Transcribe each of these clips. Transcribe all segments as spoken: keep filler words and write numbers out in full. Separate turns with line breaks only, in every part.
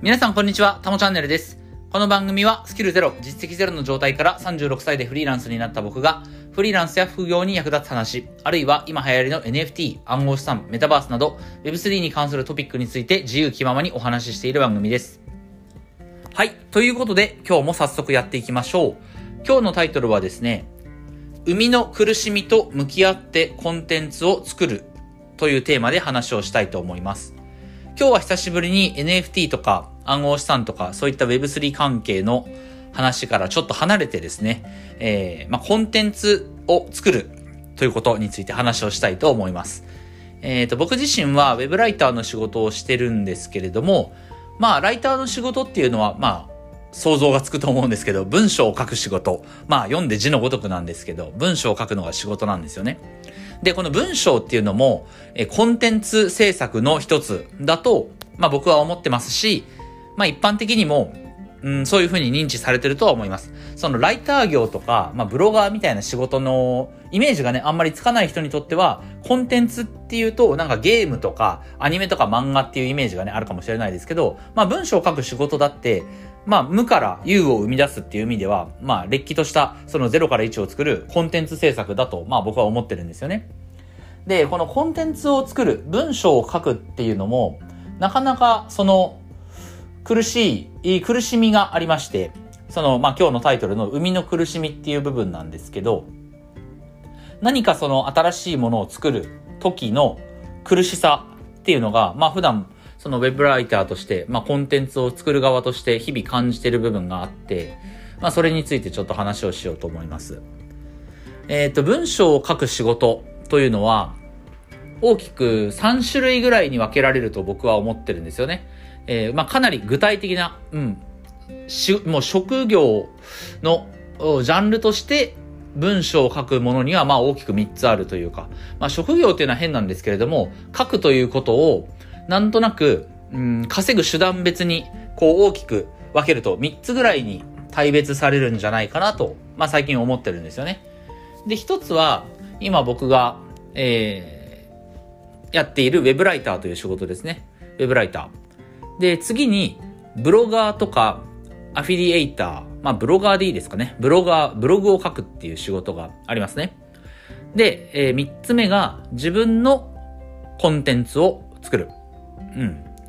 皆さんこんにちは、たもチャンネルです。この番組はスキルゼロ、実績ゼロの状態からさんじゅうろくさいでフリーランスになった僕が、フリーランスや副業に役立つ話、あるいは今流行りの エヌエフティー、暗号資産、メタバースなど ウェブスリー に関するトピックについて自由気ままにお話ししている番組です。はい、ということで今日も早速やっていきましょう。今日のタイトルはですね、生みの苦しみと向き合ってコンテンツを作るというテーマで話をしたいと思います。今日は久しぶりに エヌエフティー とか暗号資産とかそういった ウェブスリー 関係の話からちょっと離れてですね、えー、まあ、コンテンツを作るということについて話をしたいと思います。えっと、僕自身はウェブライターの仕事をしてるんですけれども、まあ、ライターの仕事っていうのは、まあ、想像がつくと思うんですけど、文章を書く仕事。まあ、読んで字のごとくなんですけど、文章を書くのが仕事なんですよね。で、この文章っていうのも、えコンテンツ制作の一つだと、まあ僕は思ってますし、まあ一般的にも、うん、そういうふうに認知されてるとは思います。そのライター業とか、まあブロガーみたいな仕事のイメージがね、あんまりつかない人にとっては、コンテンツっていうと、なんかゲームとか、アニメとか漫画っていうイメージがね、あるかもしれないですけど、まあ文章を書く仕事だって、まあ無から有を生み出すっていう意味では、まあれっきとしたそのゼロからいちを作るコンテンツ制作だと、まあ僕は思ってるんですよね。で、このコンテンツを作る、文章を書くっていうのも、なかなかその苦しい、苦しみがありまして、その、まあ今日のタイトルの生みの苦しみっていう部分なんですけど、何かその新しいものを作る時の苦しさっていうのが、まあ普段、そのウェブライターとして、まあコンテンツを作る側として日々感じている部分があって、まあそれについてちょっと話をしようと思います。えっと、文章を書く仕事というのは、大きくさん種類ぐらいに分けられると僕は思ってるんですよね。えー、まあかなり具体的な、うん、し、もう職業のジャンルとして文章を書くものにはまあ大きくみっつあるというか、まあ職業っていうのは変なんですけれども、書くということをなんとなく、うん、稼ぐ手段別にこう大きく分けるとみっつぐらいに大別されるんじゃないかなと、まあ最近思ってるんですよね。で、一つは今僕が、えーやっているウェブライターという仕事ですね。ウェブライター。で、次に、ブロガーとか、アフィリエイター。まあ、ブロガーでいいですかね。ブロガー、ブログを書くっていう仕事がありますね。で、えー、三つ目が、自分のコンテンツを作る。うん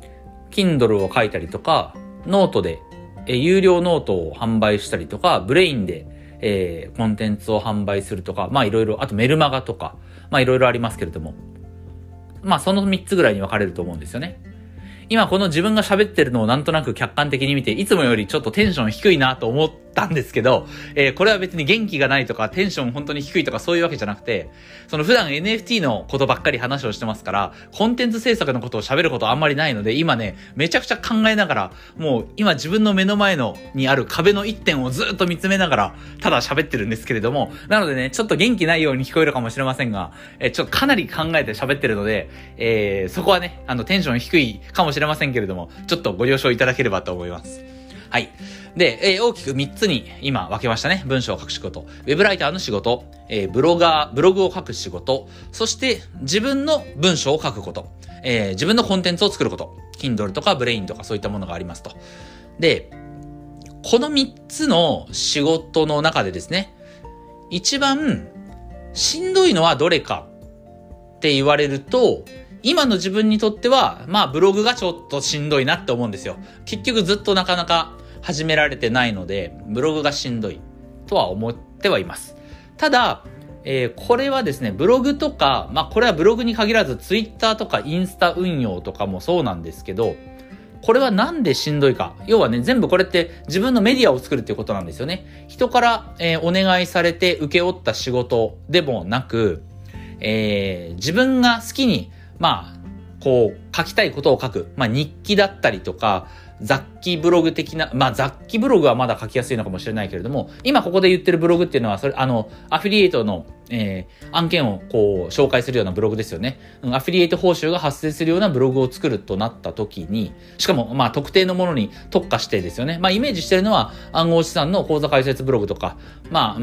。Kindle を書いたりとか、ノートで、えー、有料ノートを販売したりとか、ブレインで、えー、コンテンツを販売するとか、まあ、いろいろ、あとメルマガとか、まあ、いろいろありますけれども、まあそのみっつぐらいに分かれると思うんですよね。今この自分が喋ってるのをなんとなく客観的に見て、いつもよりちょっとテンション低いなと思ったんですけど、えー、これは別に元気がないとかテンション本当に低いとかそういうわけじゃなくて、その普段 エヌエフティー のことばっかり話をしてますから、コンテンツ制作のことを喋ることあんまりないので、今ね、めちゃくちゃ考えながら、もう今自分の目の前のにある壁の一点をずっと見つめながら、ただ喋ってるんですけれども、なのでね、ちょっと元気ないように聞こえるかもしれませんが、えー、ちょっとかなり考えて喋ってるので、えー、そこはね、あのテンション低いかもしれませんけれども、ちょっとご了承いただければと思います。はい。で、えー、大きくみっつに今分けましたね。文章を書く仕事、ウェブライターの仕事、えー、ブロガー、ブログを書く仕事、そして自分の文章を書くこと、えー、自分のコンテンツを作ること、Kindle とかブレインとかそういったものがありますと。で、このみっつの仕事の中でですね、一番しんどいのはどれかって言われると、今の自分にとっては、まあブログがちょっとしんどいなって思うんですよ。結局ずっとなかなか始められてないので、ブログがしんどいとは思ってはいます。ただ、えー、これはですね、ブログとか、まあこれはブログに限らず、ツイッターとかインスタ運用とかもそうなんですけど、これはなんでしんどいか。要はね、全部これって自分のメディアを作るっていうことなんですよね。人から、えー、お願いされて請け負った仕事でもなく、えー、自分が好きにまあ、こう、書きたいことを書く。まあ、日記だったりとか、雑記ブログ的な、まあ、雑記ブログはまだ書きやすいのかもしれないけれども、今ここで言ってるブログっていうのは、それ、あの、アフィリエイトの、えー、案件をこう、紹介するようなブログですよね。アフィリエイト報酬が発生するようなブログを作るとなった時に、しかも、まあ、特定のものに特化してですよね。まあ、イメージしてるのは、暗号資産の口座開設ブログとか、まあ、うん、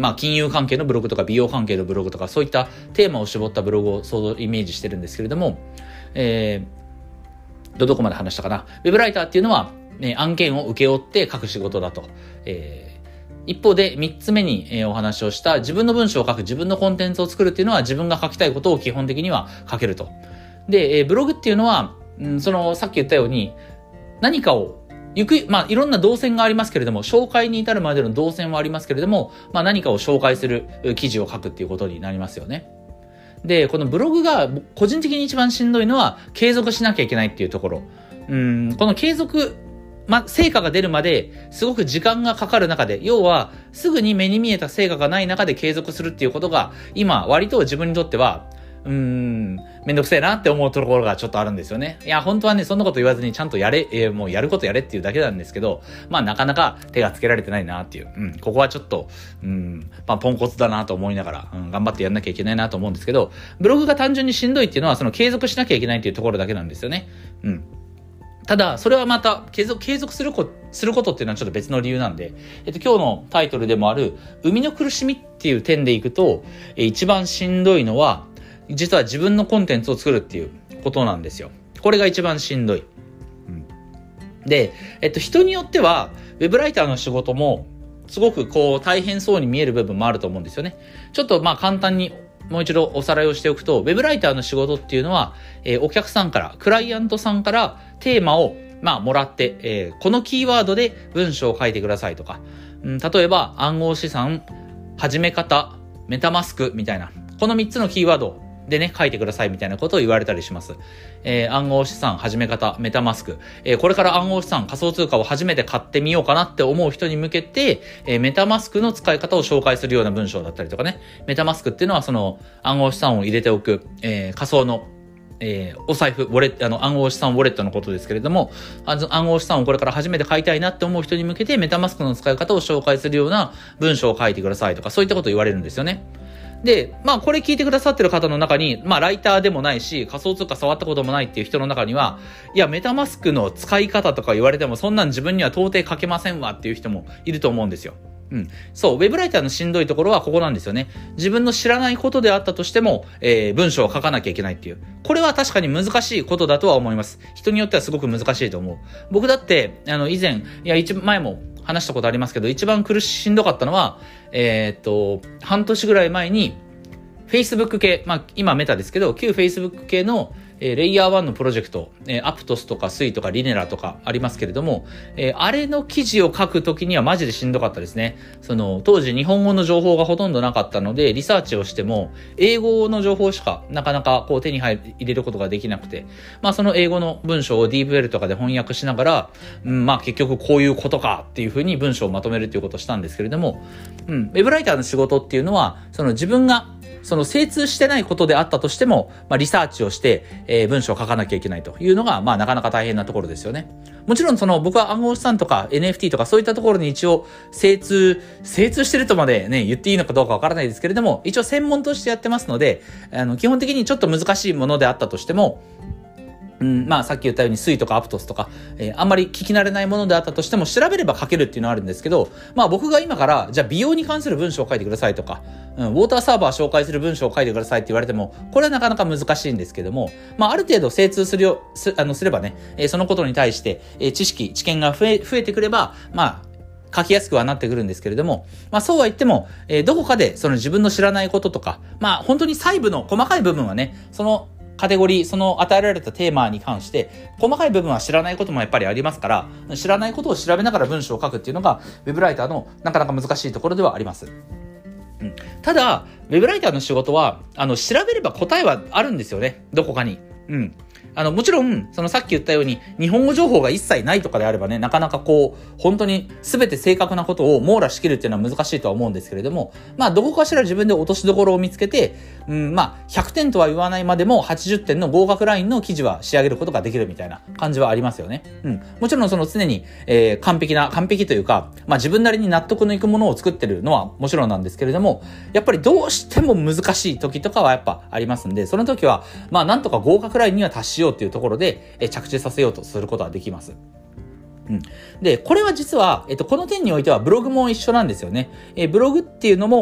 まあ、金融関係のブログとか、美容関係のブログとか、そういったテーマを絞ったブログを想像、イメージしてるんですけれども、えー、どこまで話したかな。ウェブライターっていうのは、 えー、案件を請け負って書く仕事だと。えー一方でみっつめに、えー、お話をした自分の文章を書く、自分のコンテンツを作るっていうのは自分が書きたいことを基本的には書けると。で、えー、ブログっていうのは、うん、そのさっき言ったように何かをゆく、まあいろんな動線がありますけれども、紹介に至るまでの動線はありますけれども、まあ何かを紹介する記事を書くっていうことになりますよね。で、このブログが個人的に一番しんどいのは継続しなきゃいけないっていうところ。うん、この継続ま、成果が出るまですごく時間がかかる中で、要はすぐに目に見えた成果がない中で継続するっていうことが今割と自分にとってはうーんめんどくせえなって思うところがちょっとあるんですよね。いや本当はねそんなこと言わずにちゃんとやれ、えー、もうやることやれっていうだけなんですけど、まあなかなか手がつけられてないなっていう、うん、ここはちょっとうんまあポンコツだなと思いながら、うん、頑張ってやんなきゃいけないなと思うんですけど、ブログが単純にしんどいっていうのはその継続しなきゃいけないっていうところだけなんですよね。うん。ただ、それはまた継続、継続するこ、することっていうのはちょっと別の理由なんで、えっと、今日のタイトルでもある、生みの苦しみっていう点でいくと、え一番しんどいのは、実は自分のコンテンツを作るっていうことなんですよ。これが一番しんどい。うん、で、えっと、人によっては、ウェブライターの仕事も、すごくこう、大変そうに見える部分もあると思うんですよね。ちょっとまあ簡単に、もう一度おさらいをしておくと、ウェブライターの仕事っていうのは、えー、お客さんから、クライアントさんからテーマを、まあ、もらって、えー、このキーワードで文章を書いてくださいとか、うん、例えば、暗号資産、始め方、メタマスクみたいな、このみっつのキーワードでね、書いてくださいみたいなことを言われたりします。えー、暗号資産、始め方、メタマスク、えー、これから暗号資産、仮想通貨を初めて買ってみようかなって思う人に向けて、えー、メタマスクの使い方を紹介するような文章だったりとかね。メタマスクっていうのはその暗号資産を入れておく、えー、仮想のえー、お財布、ウォレット、あの、暗号資産ウォレットのことですけれども、あの暗号資産をこれから初めて買いたいなって思う人に向けて、メタマスクの使い方を紹介するような文章を書いてくださいとか、そういったことを言われるんですよね。で、まあこれ聞いてくださってる方の中に、まあライターでもないし、仮想通貨触ったこともないっていう人の中には、いや、メタマスクの使い方とか言われても、そんなん自分には到底書けませんわっていう人もいると思うんですよ。うん。そう、ウェブライターのしんどいところはここなんですよね。自分の知らないことであったとしても、えー、文章を書かなきゃいけないっていう。これは確かに難しいことだとは思います。人によってはすごく難しいと思う。僕だって、あの、以前、いや、一前も話したことありますけど、一番苦しんどかったのは、えー、っと、半年ぐらい前に、Facebook 系、まあ、今メタですけど、旧 Facebook 系の、えー、レイヤーワンのプロジェクト、えー、アプトスとかスイとかリネラとかありますけれども、えー、あれの記事を書くときにはマジでしんどかったですね。その、当時日本語の情報がほとんどなかったので、リサーチをしても、英語の情報しかなかなかこう手に入れることができなくて、まあその英語の文章を ディープエル とかで翻訳しながら、うん、まあ結局こういうことかっていうふうに文章をまとめるっていうことをしたんですけれども、うん、ウェブライターの仕事っていうのは、その自分がその精通してないことであったとしても、まあ、リサーチをして、えー、文章を書かなきゃいけないというのが、まあ、なかなか大変なところですよね。もちろん、その、僕は暗号資産とか エヌエフティー とかそういったところに一応、精通、精通してるとまでね、言っていいのかどうかわからないですけれども、一応専門としてやってますので、あの、基本的にちょっと難しいものであったとしても、うん、まあさっき言ったようにスイとかアプトスとか、えー、あんまり聞き慣れないものであったとしても調べれば書けるっていうのはあるんですけど、まあ僕が今からじゃあ美容に関する文章を書いてくださいとか、うん、ウォーターサーバー紹介する文章を書いてくださいって言われても、これはなかなか難しいんですけども、まあある程度精通するよ、す、あの、すればね、えー、そのことに対して、えー、知識、知見が増え、増えてくれば、まあ、書きやすくはなってくるんですけれども、まあそうは言っても、えー、どこかでその自分の知らないこととか、まあ本当に細部の細かい部分はね、そのカテゴリー、その与えられたテーマに関して、細かい部分は知らないこともやっぱりありますから、知らないことを調べながら文章を書くっていうのが、ウェブライターのなかなか難しいところではあります。うん、ただ、ウェブライターの仕事は、あの、調べれば答えはあるんですよね。どこかに。うん。あの、もちろん、そのさっき言ったように、日本語情報が一切ないとかであればね、なかなかこう、本当に全て正確なことを網羅しきるっていうのは難しいとは思うんですけれども、まあ、どこかしら自分で落としどころを見つけて、うん、まあ、ひゃくてんとは言わないまでもはちじゅってんの合格ラインの記事は仕上げることができるみたいな感じはありますよね。うん。もちろんその常に、えー、完璧な、完璧というか、まあ自分なりに納得のいくものを作ってるのはもちろんなんですけれども、やっぱりどうしても難しい時とかはやっぱありますんで、その時は、まあなんとか合格ラインには達しようっていうところで、えー、着地させようとすることはできます。うん。で、これは実は、えっと、この点においてはブログも一緒なんですよね。えー、ブログっていうのも、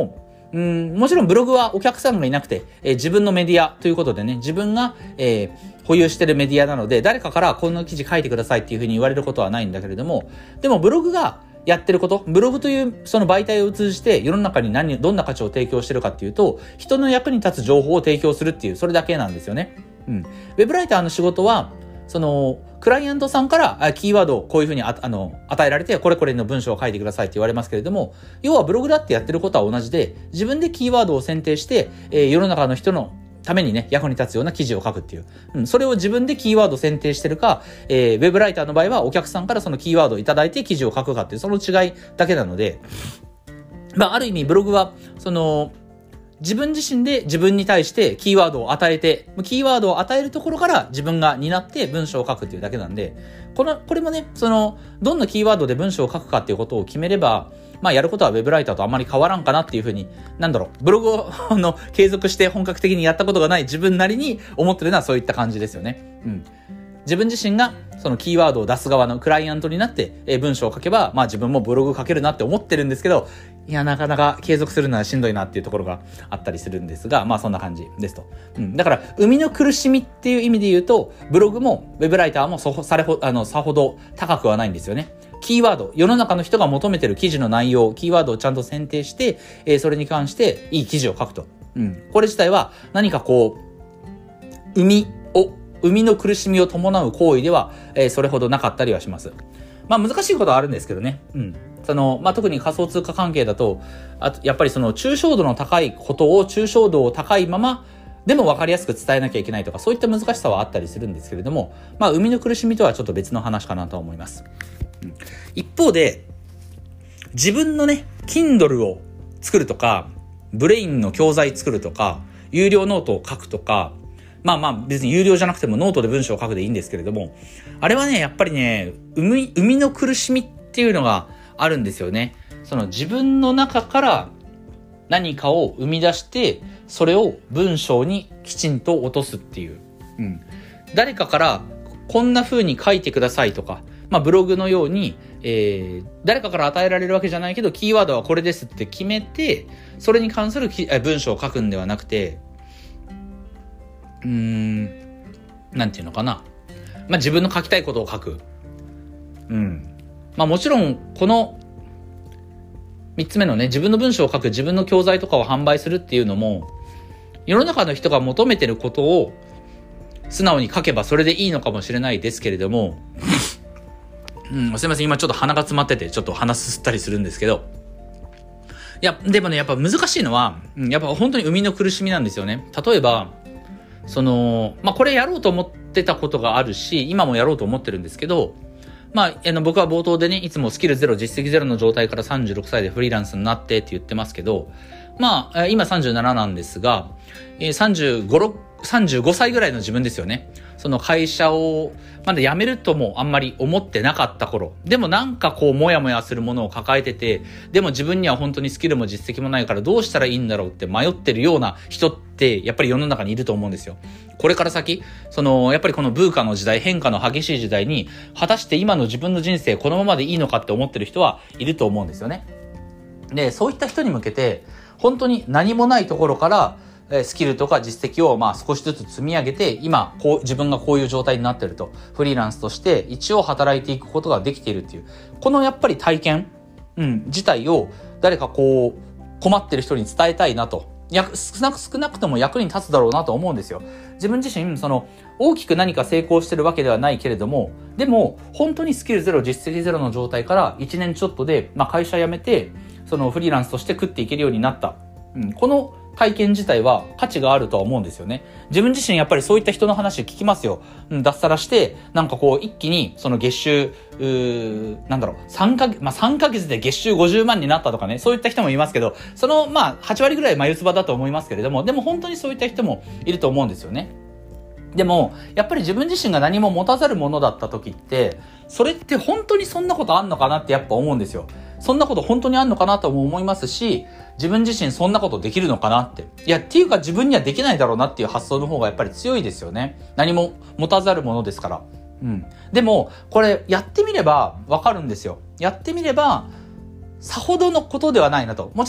うん、もちろんブログはお客さんがいなくて、えー、自分のメディアということでね、自分が、えー、保有してるメディアなので、誰かからこんな記事書いてくださいっていうふうに言われることはないんだけれども、でもブログがやってること、ブログというその媒体を通じて世の中に何、どんな価値を提供してるかっていうと、人の役に立つ情報を提供するっていう、それだけなんですよね。うん。ウェブライターの仕事は、その、クライアントさんからキーワードをこういうふうにああの与えられて、これこれの文章を書いてくださいって言われますけれども、要はブログだってやってることは同じで、自分でキーワードを選定して、えー、世の中の人のためにね、役に立つような記事を書くっていう。うん、それを自分でキーワード選定してるか、えー、ウェブライターの場合はお客さんからそのキーワードをいただいて記事を書くかっていう、その違いだけなので、まあ、ある意味ブログは、その、自分自身で自分に対してキーワードを与えて、キーワードを与えるところから自分が担って文章を書くっていうだけなんで、この、これもね、その、どんなキーワードで文章を書くかっていうことを決めれば、まあやることはウェブライターとあんまり変わらんかなっていうふうに、なんだろう、ブログをの継続して本格的にやったことがない自分なりに思ってるのはそういった感じですよね。うん。自分自身がそのキーワードを出す側のクライアントになって、えー、文章を書けば、まあ自分もブログ書けるなって思ってるんですけど、いや、なかなか継続するのはしんどいなっていうところがあったりするんですが、まあそんな感じですと。うん。だから、生みの苦しみっていう意味で言うと、ブログもウェブライターもそされほ、あの、さほど高くはないんですよね。キーワード、世の中の人が求めてる記事の内容、キーワードをちゃんと選定して、えー、それに関していい記事を書くと。うん。これ自体は何かこう、生みを、生みの苦しみを伴う行為では、えー、それほどなかったりはします。まあ難しいことはあるんですけどね。うん。その、まあ特に仮想通貨関係だと、あと、やっぱりその抽象度の高いことを抽象度を高いまま、でも分かりやすく伝えなきゃいけないとか、そういった難しさはあったりするんですけれども、まあ生みの苦しみとはちょっと別の話かなと思います。うん、一方で、自分のね、Kindle を作るとか、ブレインの教材作るとか、有料ノートを書くとか、まあまあ別に有料じゃなくてもノートで文章を書くでいいんですけれども、あれはね、やっぱりね、生み、生みの苦しみっていうのがあるんですよね。その自分の中から何かを生み出して、それを文章にきちんと落とすっていう。うん。誰かからこんな風に書いてくださいとか、まあブログのように、えー、誰かから与えられるわけじゃないけど、キーワードはこれですって決めて、それに関する文章を書くんではなくて、うーん、なんていうのかな。まあ自分の書きたいことを書く。うん。まあもちろん、この三つ目のね、自分の文章を書く、自分の教材とかを販売するっていうのも、世の中の人が求めてることを素直に書けばそれでいいのかもしれないですけれども、うん、すいません、今ちょっと鼻が詰まってて、ちょっと鼻すすったりするんですけど、いや、でもね、やっぱ難しいのは、やっぱ本当に生みの苦しみなんですよね。例えば、その、まあ、これやろうと思ってたことがあるし、今もやろうと思ってるんですけど、まあ、あの、僕は冒頭でね、いつもスキルゼロ、実績ゼロの状態からさんじゅうろくさいでフリーランスになってって言ってますけど、まあ、今さんじゅうなななんですが、さんじゅうご、さんじゅうごさいぐらいの自分ですよね。その会社をまだ辞めるともあんまり思ってなかった頃。でもなんかこうもやもやするものを抱えてて、でも自分には本当にスキルも実績もないからどうしたらいいんだろうって迷ってるような人ってやっぱり世の中にいると思うんですよ。これから先、そのやっぱりこのブーカの時代、変化の激しい時代に果たして今の自分の人生このままでいいのかって思ってる人はいると思うんですよね。で、そういった人に向けて本当に何もないところからスキルとか実績をまあ少しずつ積み上げて、今こう自分がこういう状態になっていると、フリーランスとして一応働いていくことができているっていう、このやっぱり体験、うん、自体を誰かこう困ってる人に伝えたいなと、少なく少なくとも役に立つだろうなと思うんですよ。自分自身その大きく何か成功してるわけではないけれども、でも本当にスキルゼロ、実績ゼロの状態からいちねんちょっとで、まあ、会社辞めてそのフリーランスとして食っていけるようになった、うん、この体験自体は価値があるとは思うんですよね。自分自身やっぱりそういった人の話聞きますよ。うん、脱サラして、なんかこう一気にその月収、うーなんだろう、さんかげつ、まあさんかげつで月収ごじゅうまんになったとかね、そういった人もいますけど、そのまあはちわりぐらい眉唾だと思いますけれども、でも本当にそういった人もいると思うんですよね。でも、やっぱり自分自身が何も持たざるものだった時って、それって本当にそんなことあんのかなってやっぱ思うんですよ。そんなこと本当にあんのかなとも思いますし、自分自身そんなことできるのかなって。いや、っていうか自分にはできないだろうなっていう発想の方がやっぱり強いですよね。何も持たざるものですから。うん。でも、これやってみればわかるんですよ。やってみれば、さほどのことではないなと。もちろん、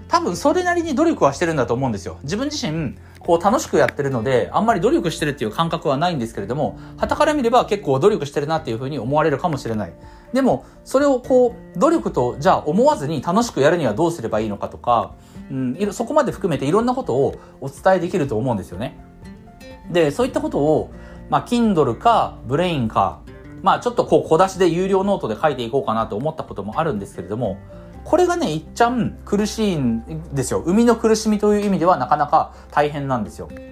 多分それなりに努力はしてるんだと思うんですよ。自分自身、こう楽しくやってるので、あんまり努力してるっていう感覚はないんですけれども、傍から見れば結構努力してるなっていう風に思われるかもしれない。でも、それをこう、努力と、じゃあ思わずに楽しくやるにはどうすればいいのかとか、うん、そこまで含めていろんなことをお伝えできると思うんですよね。で、そういったことを、まあ、Kindle か、ブレインか、まあ、ちょっとこう、小出しで有料ノートで書いていこうかなと思ったこともあるんですけれども、これがね、いっちゃん苦しいんですよ。生みの苦しみという意味ではなかなか大変なんですよ。うん。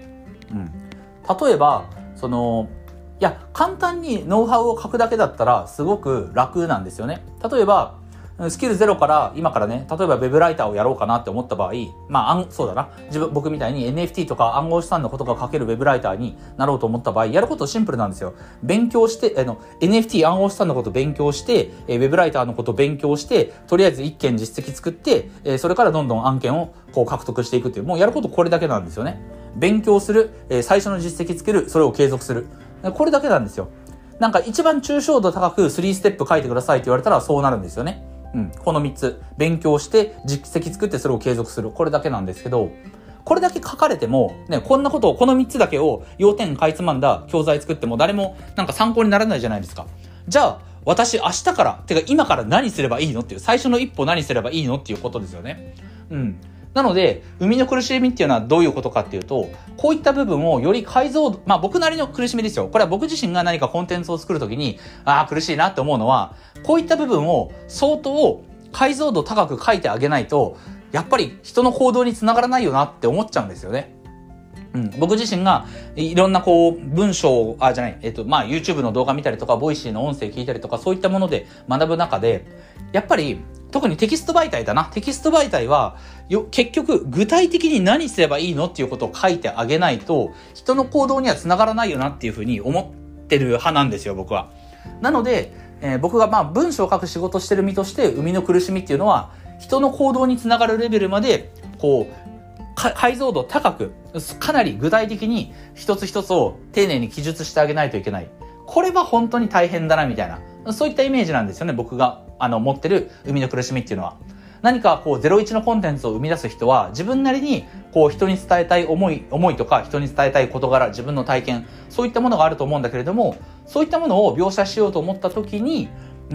例えば、その、いや、簡単にノウハウを書くだけだったらすごく楽なんですよね。例えば、スキルゼロから今からね、例えばウェブライターをやろうかなって思った場合、まあ、そうだな。自分、僕みたいに エヌエフティー とか暗号資産のことが書けるウェブライターになろうと思った場合、やることシンプルなんですよ。勉強して、あの、エヌエフティー 暗号資産のことを勉強して、ウェブライターのことを勉強して、とりあえず一件実績作って、それからどんどん案件をこう獲得していくっていう、もうやることこれだけなんですよね。勉強する、最初の実績作る、それを継続する。これだけなんですよ。なんか一番抽象度高くスリーステップ書いてくださいって言われたらそうなるんですよね。うん、このみっつ。勉強して、実績作ってそれを継続する。これだけなんですけど、これだけ書かれても、ね、こんなことを、このみっつだけを要点かいつまんだ教材作っても誰もなんか参考にならないじゃないですか。じゃあ、私明日から、てか今から何すればいいのっていう、最初の一歩何すればいいのっていうことですよね。うん。なので、生みの苦しみっていうのはどういうことかっていうと、こういった部分をより解像度、まあ僕なりの苦しみですよ。これは僕自身が何かコンテンツを作るときに、ああ、苦しいなって思うのは、こういった部分を相当解像度高く書いてあげないと、やっぱり人の行動につながらないよなって思っちゃうんですよね。うん、僕自身がいろんなこう文章を、あ、じゃない、えっと、まあ YouTube の動画見たりとか、ボイシーの音声聞いたりとか、そういったもので学ぶ中で、やっぱり特にテキスト媒体だな。テキスト媒体は、よ、結局、具体的に何すればいいのっていうことを書いてあげないと、人の行動には繋がらないよなっていうふうに思ってる派なんですよ、僕は。なので、えー、僕がまあ文章を書く仕事してる身として、生みの苦しみっていうのは、人の行動に繋がるレベルまで、こう、解像度高く、かなり具体的に一つ一つを丁寧に記述してあげないといけない。これは本当に大変だな、みたいな。そういったイメージなんですよね、僕が。あの、持ってる生みの苦しみっていうのは。何かこう、ゼロイチのコンテンツを生み出す人は、自分なりに、こう、人に伝えたい思い、思いとか、人に伝えたい事柄、自分の体験、そういったものがあると思うんだけれども、そういったものを描写しようと思った時に、うん、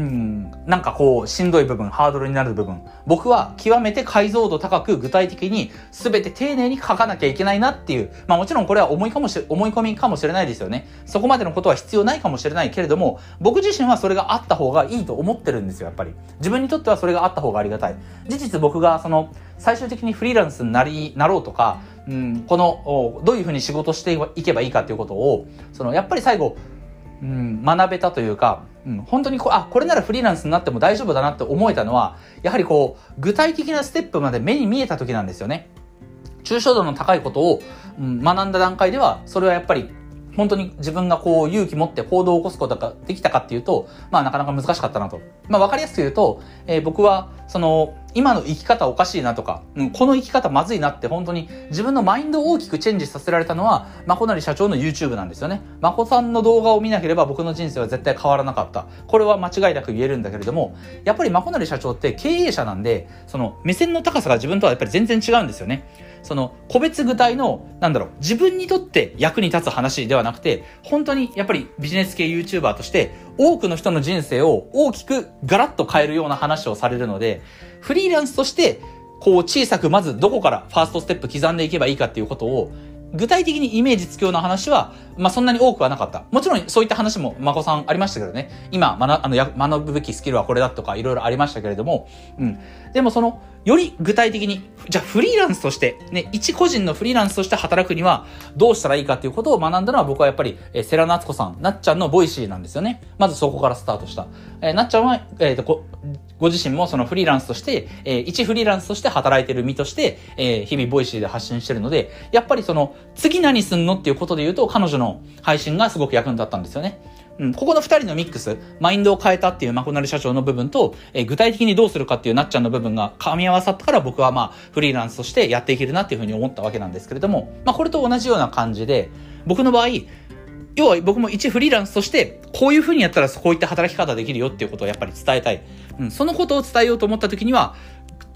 なんかこう、しんどい部分、ハードルになる部分。僕は極めて解像度高く具体的に全て丁寧に書かなきゃいけないなっていう。まあもちろんこれは思いかもし、思い込みかもしれないですよね。そこまでのことは必要ないかもしれないけれども、僕自身はそれがあった方がいいと思ってるんですよ、やっぱり。自分にとってはそれがあった方がありがたい。事実僕がその、最終的にフリーランスになり、なろうとか、うん、この、どういうふうに仕事していけばいいかっていうことを、その、やっぱり最後、うん、学べたというか、うん、本当にこう、あ、これならフリーランスになっても大丈夫だなって思えたのは、やはりこう、具体的なステップまで目に見えた時なんですよね。抽象度の高いことを、うん、学んだ段階では、それはやっぱり、本当に自分がこう勇気持って行動を起こすことができたかっていうと、まあなかなか難しかったなと。まあわかりやすく言うと、えー、僕は、その、今の生き方おかしいなとか、うん、この生き方まずいなって本当に自分のマインドを大きくチェンジさせられたのは、まこなり社長の YouTube なんですよね。まこさんの動画を見なければ僕の人生は絶対変わらなかった。これは間違いなく言えるんだけれども、やっぱりまこなり社長って経営者なんで、その目線の高さが自分とはやっぱり全然違うんですよね。その個別具体の、なんだろう、自分にとって役に立つ話ではなくて、本当にやっぱりビジネス系 YouTuber として多くの人の人生を大きくガラッと変えるような話をされるので、フリーランスとしてこう小さくまずどこからファーストステップ刻んでいけばいいかっていうことを具体的にイメージつくような話は、まあ、そんなに多くはなかった。もちろんそういった話もまこさんありましたけどね。今、学、あの、や、学ぶべきスキルはこれだとかいろいろありましたけれども、うん。でもその、より具体的に、じゃあフリーランスとして、ね、一個人のフリーランスとして働くにはどうしたらいいかっていうことを学んだのは僕はやっぱり、えー、世良夏子さん、なっちゃんのボイシーなんですよね。まずそこからスタートした。えー、なっちゃんは、えーと、ご、ご自身もそのフリーランスとして、えー、一フリーランスとして働いてる身として、えー、日々ボイシーで発信してるので、やっぱりその、次何すんのっていうことで言うと、彼女の配信がすごく役に立ったんですよね。うん、ここの二人のミックス、マインドを変えたっていうまこなり社長の部分と、えー、具体的にどうするかっていうなっちゃんの部分が噛み合わさったから僕はまあ、フリーランスとしてやっていけるなっていうふうに思ったわけなんですけれども、まあこれと同じような感じで、僕の場合、要は僕も一フリーランスとして、こういうふうにやったらこういった働き方できるよっていうことをやっぱり伝えたい。うん、そのことを伝えようと思った時には、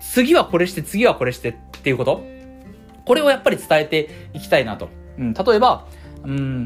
次はこれして、次はこれしてっていうこと。これをやっぱり伝えていきたいなと。うん、例えば、うん、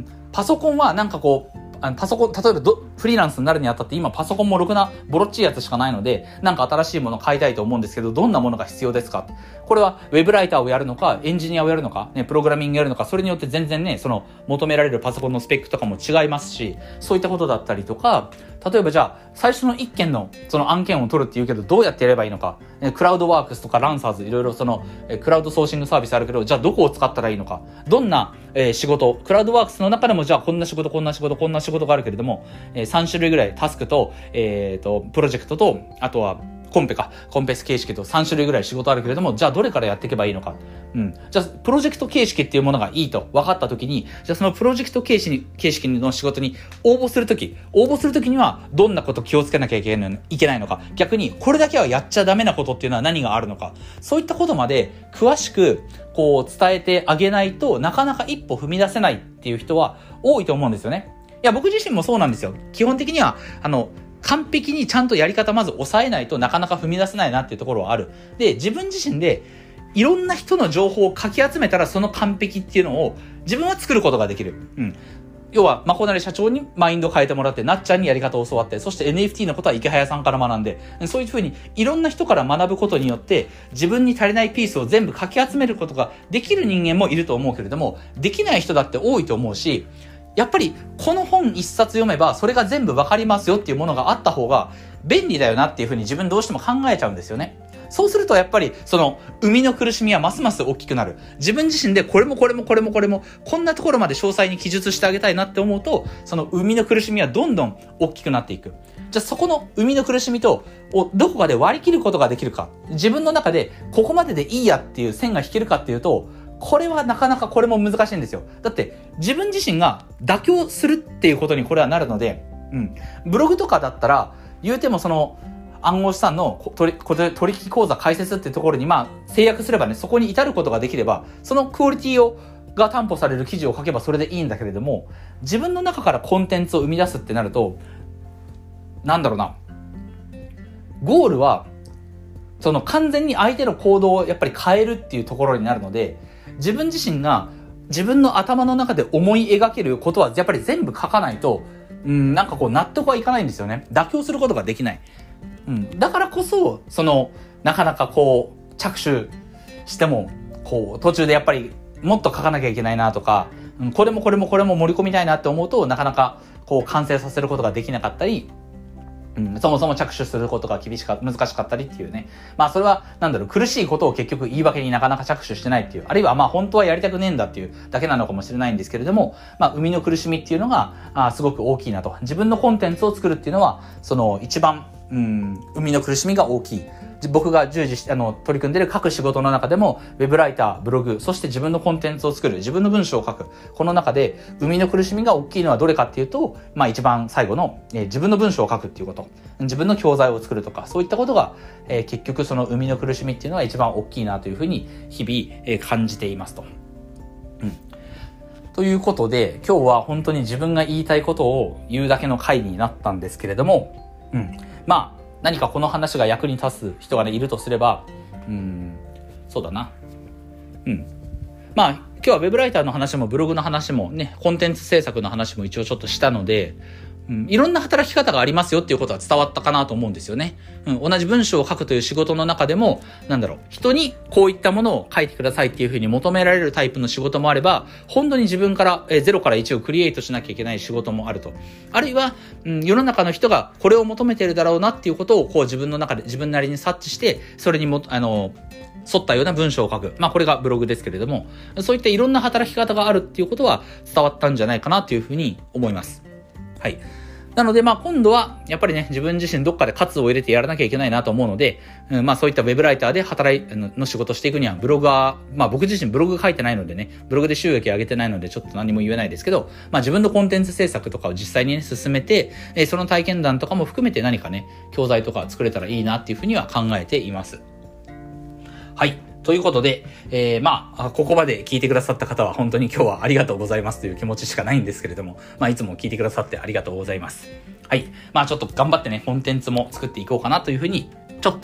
パソコンはなんかこう、あのパソコン、例えばどフリーランスになるにあたって今パソコンもろくなボロっちいやつしかないので、なんか新しいものを買いたいと思うんですけど、どんなものが必要ですか？これはウェブライターをやるのか、エンジニアをやるのか、ね、プログラミングやるのか、それによって全然ね、その求められるパソコンのスペックとかも違いますし、そういったことだったりとか、例えばじゃあ、最初の一件のその案件を取るっていうけど、どうやってやればいいのか、クラウドワークスとかランサーズ、いろいろそのクラウドソーシングサービスあるけど、じゃあどこを使ったらいいのか、どんな仕事、クラウドワークスの中でもじゃあこんな仕事、こんな仕事、こんな仕事があるけれども、さん種類ぐらいタスクと、えっと、プロジェクトと、あとはコンペか、コンペス形式とさん種類ぐらい仕事あるけれども、じゃあどれからやっていけばいいのか。うん。じゃあ、プロジェクト形式っていうものがいいと分かったときに、じゃあそのプロジェクト形式に、形式の仕事に応募するとき、応募するときにはどんなこと気をつけなきゃいけないの、いけないのか。逆に、これだけはやっちゃダメなことっていうのは何があるのか。そういったことまで詳しく、こう伝えてあげないとなかなか一歩踏み出せないっていう人は多いと思うんですよね。いや、僕自身もそうなんですよ。基本的には、あの、完璧にちゃんとやり方まず抑えないとなかなか踏み出せないなっていうところはある。で、自分自身でいろんな人の情報をかき集めたらその完璧っていうのを自分は作ることができる。うん。要は、まこなり社長にマインドを変えてもらって、なっちゃんにやり方を教わって、そして エヌエフティー のことは池早さんから学んで、そういうふうにいろんな人から学ぶことによって、自分に足りないピースを全部かき集めることができる人間もいると思うけれども、できない人だって多いと思うし、やっぱりこの本一冊読めばそれが全部わかりますよっていうものがあった方が便利だよなっていうふうに自分どうしても考えちゃうんですよね。そうするとやっぱりその生みの苦しみはますます大きくなる。自分自身でこれもこれもこれもこれもこんなところまで詳細に記述してあげたいなって思うと、その生みの苦しみはどんどん大きくなっていく。じゃあそこの生みの苦しみとをどこかで割り切ることができるか、自分の中でここまででいいやっていう線が引けるかっていうと、これはなかなかこれも難しいんですよ。だって自分自身が妥協するっていうことにこれはなるので、うん。ブログとかだったら言うてもその暗号資産の取引口座開設っていうところにまあ制約すればね、そこに至ることができれば、そのクオリティをが担保される記事を書けばそれでいいんだけれども、自分の中からコンテンツを生み出すってなると、なんだろうな、ゴールはその完全に相手の行動をやっぱり変えるっていうところになるので、自分自身が自分の頭の中で思い描けることはやっぱり全部書かないと、うん、なんかこう納得はいかないんですよね。妥協することができない。うん、だからこそ、その、なかなかこう、着手しても、こう、途中でやっぱりもっと書かなきゃいけないなとか、うん、これもこれもこれも盛り込みたいなって思うと、なかなかこう完成させることができなかったり、うん、そもそも着手することが厳しか、難しかったりっていうね。まあそれは、なんだろう、苦しいことを結局言い訳になかなか着手してないっていう、あるいはまあ本当はやりたくねえんだっていうだけなのかもしれないんですけれども、まあ生みの苦しみっていうのが、あすごく大きいなと。自分のコンテンツを作るっていうのは、その一番、うん、生みの苦しみが大きい。僕が従事し、あの、取り組んでいる各仕事の中でも、ウェブライター、ブログ、そして自分のコンテンツを作る、自分の文章を書く。この中で、生みの苦しみが大きいのはどれかっていうと、まあ一番最後の、えー、自分の文章を書くっていうこと。自分の教材を作るとか、そういったことが、えー、結局その生みの苦しみっていうのが一番大きいなというふうに、日々、えー、感じていますと。うん。ということで、今日は本当に自分が言いたいことを言うだけの回になったんですけれども、うん。まあ、何かこの話が役に立つ人がね、いるとすれば、うーん、そうだな。うん。まあ、今日はウェブライターの話もブログの話もね、コンテンツ制作の話も一応ちょっとしたので、うん、いろんな働き方がありますよっていうことは伝わったかなと思うんですよね。うん、同じ文章を書くという仕事の中でも、なんだろう、人にこういったものを書いてくださいっていうふうに求められるタイプの仕事もあれば、本当に自分から、えー、ゼロからいちをクリエイトしなきゃいけない仕事もあると。あるいは、うん、世の中の人がこれを求めているだろうなっていうことをこう自分の中で自分なりに察知して、それにも、あの、沿ったような文章を書く。まあこれがブログですけれども、そういったいろんな働き方があるっていうことは伝わったんじゃないかなというふうに思います。はい。なのでまあ今度はやっぱりね、自分自身どっかで活を入れてやらなきゃいけないなと思うので、うん、まあそういったウェブライターで働いの仕事していくにはブロガー、まあ僕自身ブログ書いてないのでね、ブログで収益上げてないのでちょっと何も言えないですけど、まあ自分のコンテンツ制作とかを実際にね、進めて、えその体験談とかも含めて何かね、教材とか作れたらいいなっていうふうには考えています。はい。ということで、えー、まあ、ここまで聞いてくださった方は本当に今日はありがとうございますという気持ちしかないんですけれども、まあ、いつも聞いてくださってありがとうございます。はい。まあ、ちょっと頑張ってね、コンテンツも作っていこうかなというふうに、ちょっと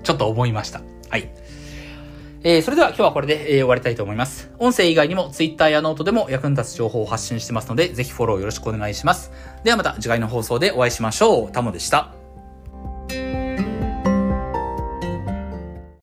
ちょっと思いました。はい。えー、それでは今日はこれで、えー、終わりたいと思います。音声以外にも Twitter やノートでも役に立つ情報を発信してますので、ぜひフォローよろしくお願いします。ではまた次回の放送でお会いしましょう。タモでした。